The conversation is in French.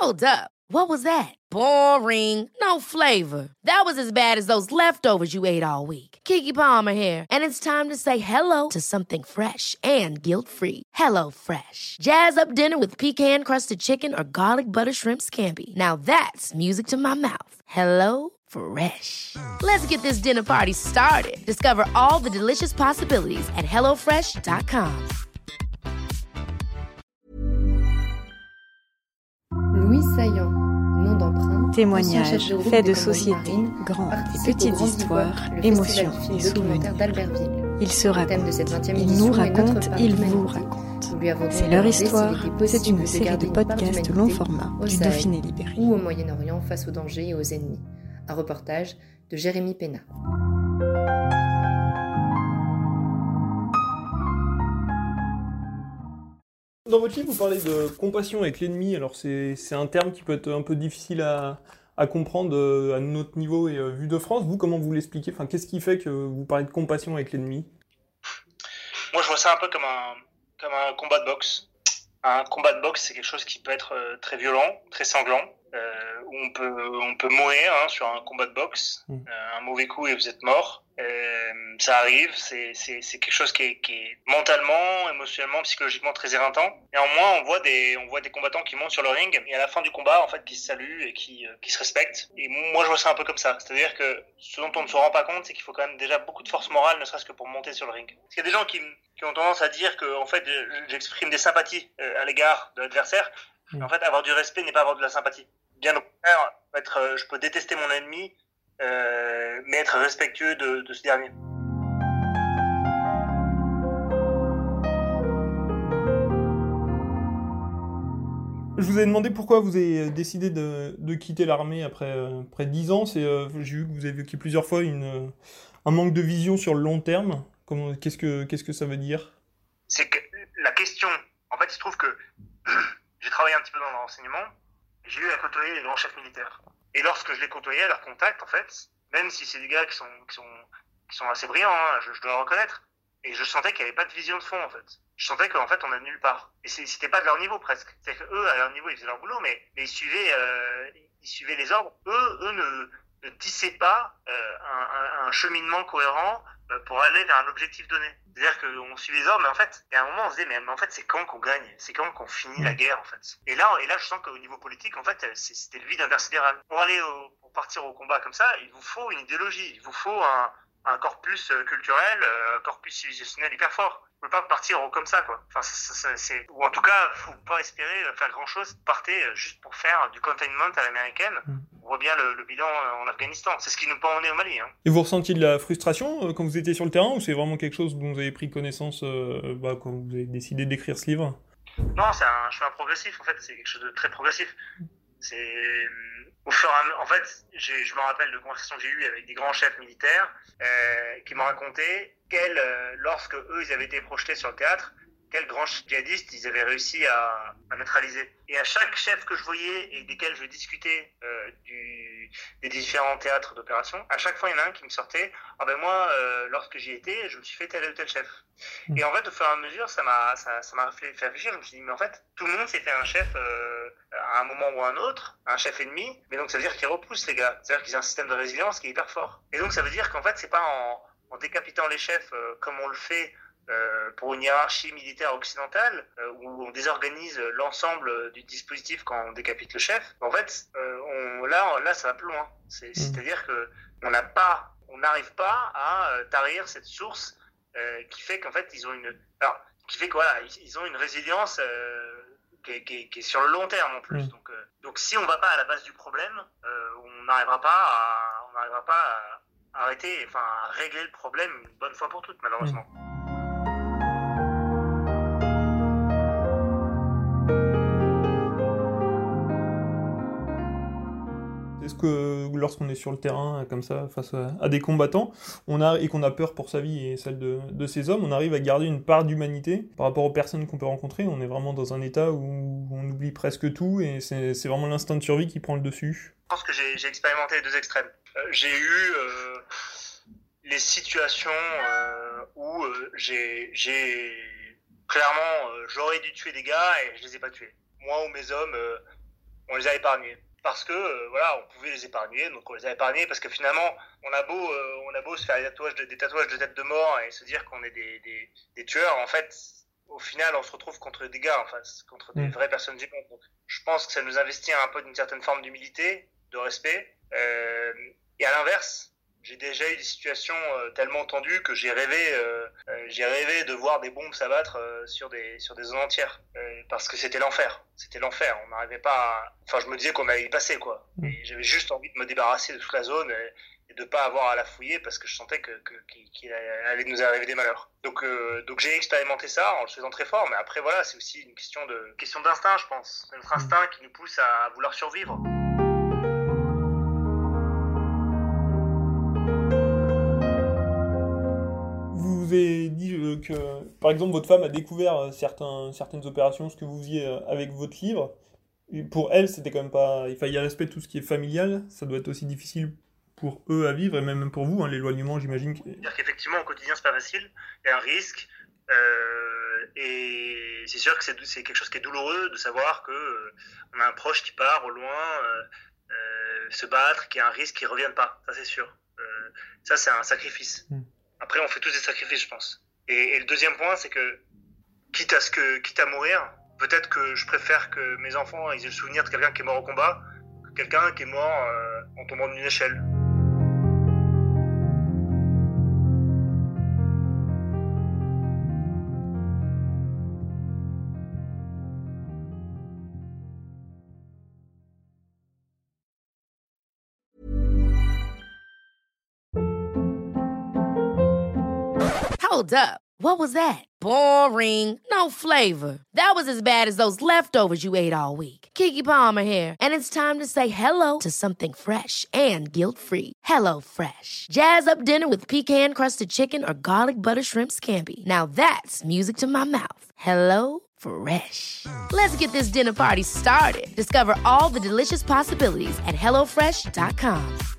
Hold up. What was that? Boring. No flavor. That was as bad as those leftovers you ate all week. Keke Palmer here, and it's time to say hello to something fresh and guilt-free. Hello Fresh. Jazz up dinner with pecan-crusted chicken or garlic butter shrimp scampi. Now that's music to my mouth. Hello Fresh. Let's get this dinner party started. Discover all the delicious possibilities at hellofresh.com. Louise Saillant, nom d'emprunt. Témoignages, faits de société, grandes et petites histoires, émotions et souvenirs. Ils se racontent, ils nous racontent, ils vous racontent. C'est leur histoire, c'est une série de podcasts long format du Dauphiné Libéré. Ou au Moyen-Orient face aux dangers et aux ennemis. Un reportage de Jérémy Pénat. Dans votre livre, vous parlez de compassion avec l'ennemi. Alors c'est un terme qui peut être un peu difficile à comprendre à notre niveau et vu de France. Vous, comment vous l'expliquez ? Enfin, qu'est-ce qui fait que vous parlez de compassion avec l'ennemi ? Moi, je vois ça un peu comme un combat de boxe. Un combat de boxe, c'est quelque chose qui peut être très violent, très sanglant, où on peut mourir sur un combat de boxe. Un mauvais coup et vous êtes mort. Ça arrive, c'est quelque chose qui est mentalement, émotionnellement, psychologiquement très éreintant. Néanmoins, on voit des combattants qui montent sur le ring et à la fin du combat, en fait, qui se saluent et qui se respectent. Et moi, je vois ça un peu comme ça. C'est-à-dire que ce dont on ne se rend pas compte, c'est qu'il faut quand même déjà beaucoup de force morale, ne serait-ce que pour monter sur le ring. Parce qu'il y a des gens qui ont tendance à dire que, en fait, j'exprime des sympathies à l'égard de l'adversaire. Mais en fait, avoir du respect n'est pas avoir de la sympathie. Bien au contraire, je peux détester mon ennemi, mais être respectueux de ce dernier. Je vous ai demandé pourquoi vous avez décidé de quitter l'armée après 10 ans. J'ai vu que vous avez évoqué plusieurs fois un manque de vision sur le long terme. Qu'est-ce que ça veut dire ? C'est que la question, en fait, il se trouve que j'ai travaillé un petit peu dans le renseignement, et j'ai eu à côtoyer les grands chefs militaires. Et lorsque je les côtoyais à leur contact, en fait, même si c'est des gars qui sont assez brillants, je dois le reconnaître, et je sentais qu'il n'y avait pas de vision de fond, en fait. Je sentais qu'en fait, on allait nulle part. Et c'était pas de leur niveau, presque. C'est-à-dire qu'eux, à leur niveau, ils faisaient leur boulot, mais ils suivaient les ordres. Eux ne tissaient pas un cheminement cohérent pour aller vers un objectif donné. C'est-à-dire qu'on suit les ordres, mais en fait, il y a un moment, on se disait, mais en fait, c'est quand qu'on gagne ? C'est quand qu'on finit la guerre, en fait ? Et là, je sens qu'au niveau politique, en fait, c'était le vide intersidéral. Pour partir au combat comme ça, il vous faut une idéologie, il vous faut un corpus culturel, un corpus civilisationnel hyper fort. Vous ne pouvez pas partir comme ça, quoi. Enfin, ou en tout cas, faut pas espérer faire grand-chose. Partez juste pour faire du containment à l'américaine. On voit bien le bilan en Afghanistan. C'est ce qui nous pend au nez au Mali. Et vous ressentiez de la frustration quand vous étiez sur le terrain, ou c'est vraiment quelque chose dont vous avez pris connaissance quand vous avez décidé d'écrire ce livre ? Non, c'est un chemin progressif, en fait. C'est quelque chose de très progressif. C'est au fur et à mesure. En fait, je me rappelle de conversations que j'ai eues avec des grands chefs militaires qui m'ont raconté lorsque eux ils avaient été projetés sur le théâtre, quels grands djihadistes ils avaient réussi à neutraliser. Et à chaque chef que je voyais et desquels je discutais des différents théâtres d'opération, à chaque fois il y en a un qui me sortait « Ah ben moi, lorsque j'y étais, je me suis fait tel ou tel chef. » Et en fait, au fur et à mesure, ça m'a fait réfléchir. Je me suis dit « Mais en fait, tout le monde s'est fait un chef à un moment ou à un autre, un chef ennemi, mais donc ça veut dire qu'ils repoussent les gars. C'est-à-dire qu'ils ont un système de résilience qui est hyper fort. Et donc ça veut dire qu'en fait, c'est pas en décapitant les chefs comme on le fait pour une hiérarchie militaire occidentale où on désorganise l'ensemble du dispositif quand on décapite le chef. En fait, là ça va plus loin. C'est-à-dire que on n'arrive pas à tarir cette source qui fait qu'en fait ils ont ils ont une résilience qui est sur le long terme en plus. Donc si on va pas à la base du problème, on n'arrivera pas à arrêter, à régler le problème une bonne fois pour toutes, malheureusement. Est-ce que lorsqu'on est sur le terrain, comme ça, face à des combattants, et qu'on a peur pour sa vie et celle de ces hommes, on arrive à garder une part d'humanité par rapport aux personnes qu'on peut rencontrer ? On est vraiment dans un état où on oublie presque tout et c'est vraiment l'instinct de survie qui prend le dessus. Je pense que j'ai expérimenté les deux extrêmes. J'ai eu les situations où clairement, j'aurais dû tuer des gars et je les ai pas tués. Moi ou mes hommes on les a épargnés. Parce que voilà, on pouvait les épargner, donc on les a épargnés parce que finalement, on a beau se faire des tatouages de tête de mort et se dire qu'on est des tueurs, en fait, au final, on se retrouve contre des gars, enfin, contre des vraies personnes vivantes. Donc, je pense que ça nous investit un peu d'une certaine forme d'humilité, de respect. Et à l'inverse, j'ai déjà eu des situations tellement tendues que j'ai rêvé de voir des bombes s'abattre sur des zones entières, parce que c'était l'enfer. On n'arrivait pas Enfin, je me disais qu'on allait y passer, quoi. Et j'avais juste envie de me débarrasser de toute la zone et de pas avoir à la fouiller parce que je sentais qu'il allait nous arriver des malheurs. Donc j'ai expérimenté ça en le faisant très fort, mais après voilà, c'est aussi une question d'instinct, je pense. C'est notre instinct qui nous pousse à vouloir survivre. Vous avez dit que, par exemple, votre femme a découvert certaines opérations, ce que vous faisiez avec votre livre. Et pour elle, c'était quand même pas... Il y a l'aspect de tout ce qui est familial, ça doit être aussi difficile pour eux à vivre, et même pour vous, l'éloignement, j'imagine. C'est-à-dire qu'effectivement, au quotidien, c'est pas facile, il y a un risque, et c'est sûr que c'est quelque chose qui est douloureux de savoir qu'on a un proche qui part au loin, se battre, qu'il y a un risque qu'il ne revienne pas, ça c'est sûr. Ça, c'est un sacrifice. Après, on fait tous des sacrifices, je pense. Et le deuxième point, c'est que, quitte à mourir, peut-être que je préfère que mes enfants aient le souvenir de quelqu'un qui est mort au combat que quelqu'un qui est mort en tombant d'une échelle. Hold up. What was that? Boring. No flavor. That was as bad as those leftovers you ate all week. Keke Palmer here, and it's time to say hello to something fresh and guilt-free. HelloFresh. Jazz up dinner with pecan-crusted chicken or garlic butter shrimp scampi. Now that's music to my mouth. HelloFresh. Let's get this dinner party started. Discover all the delicious possibilities at HelloFresh.com.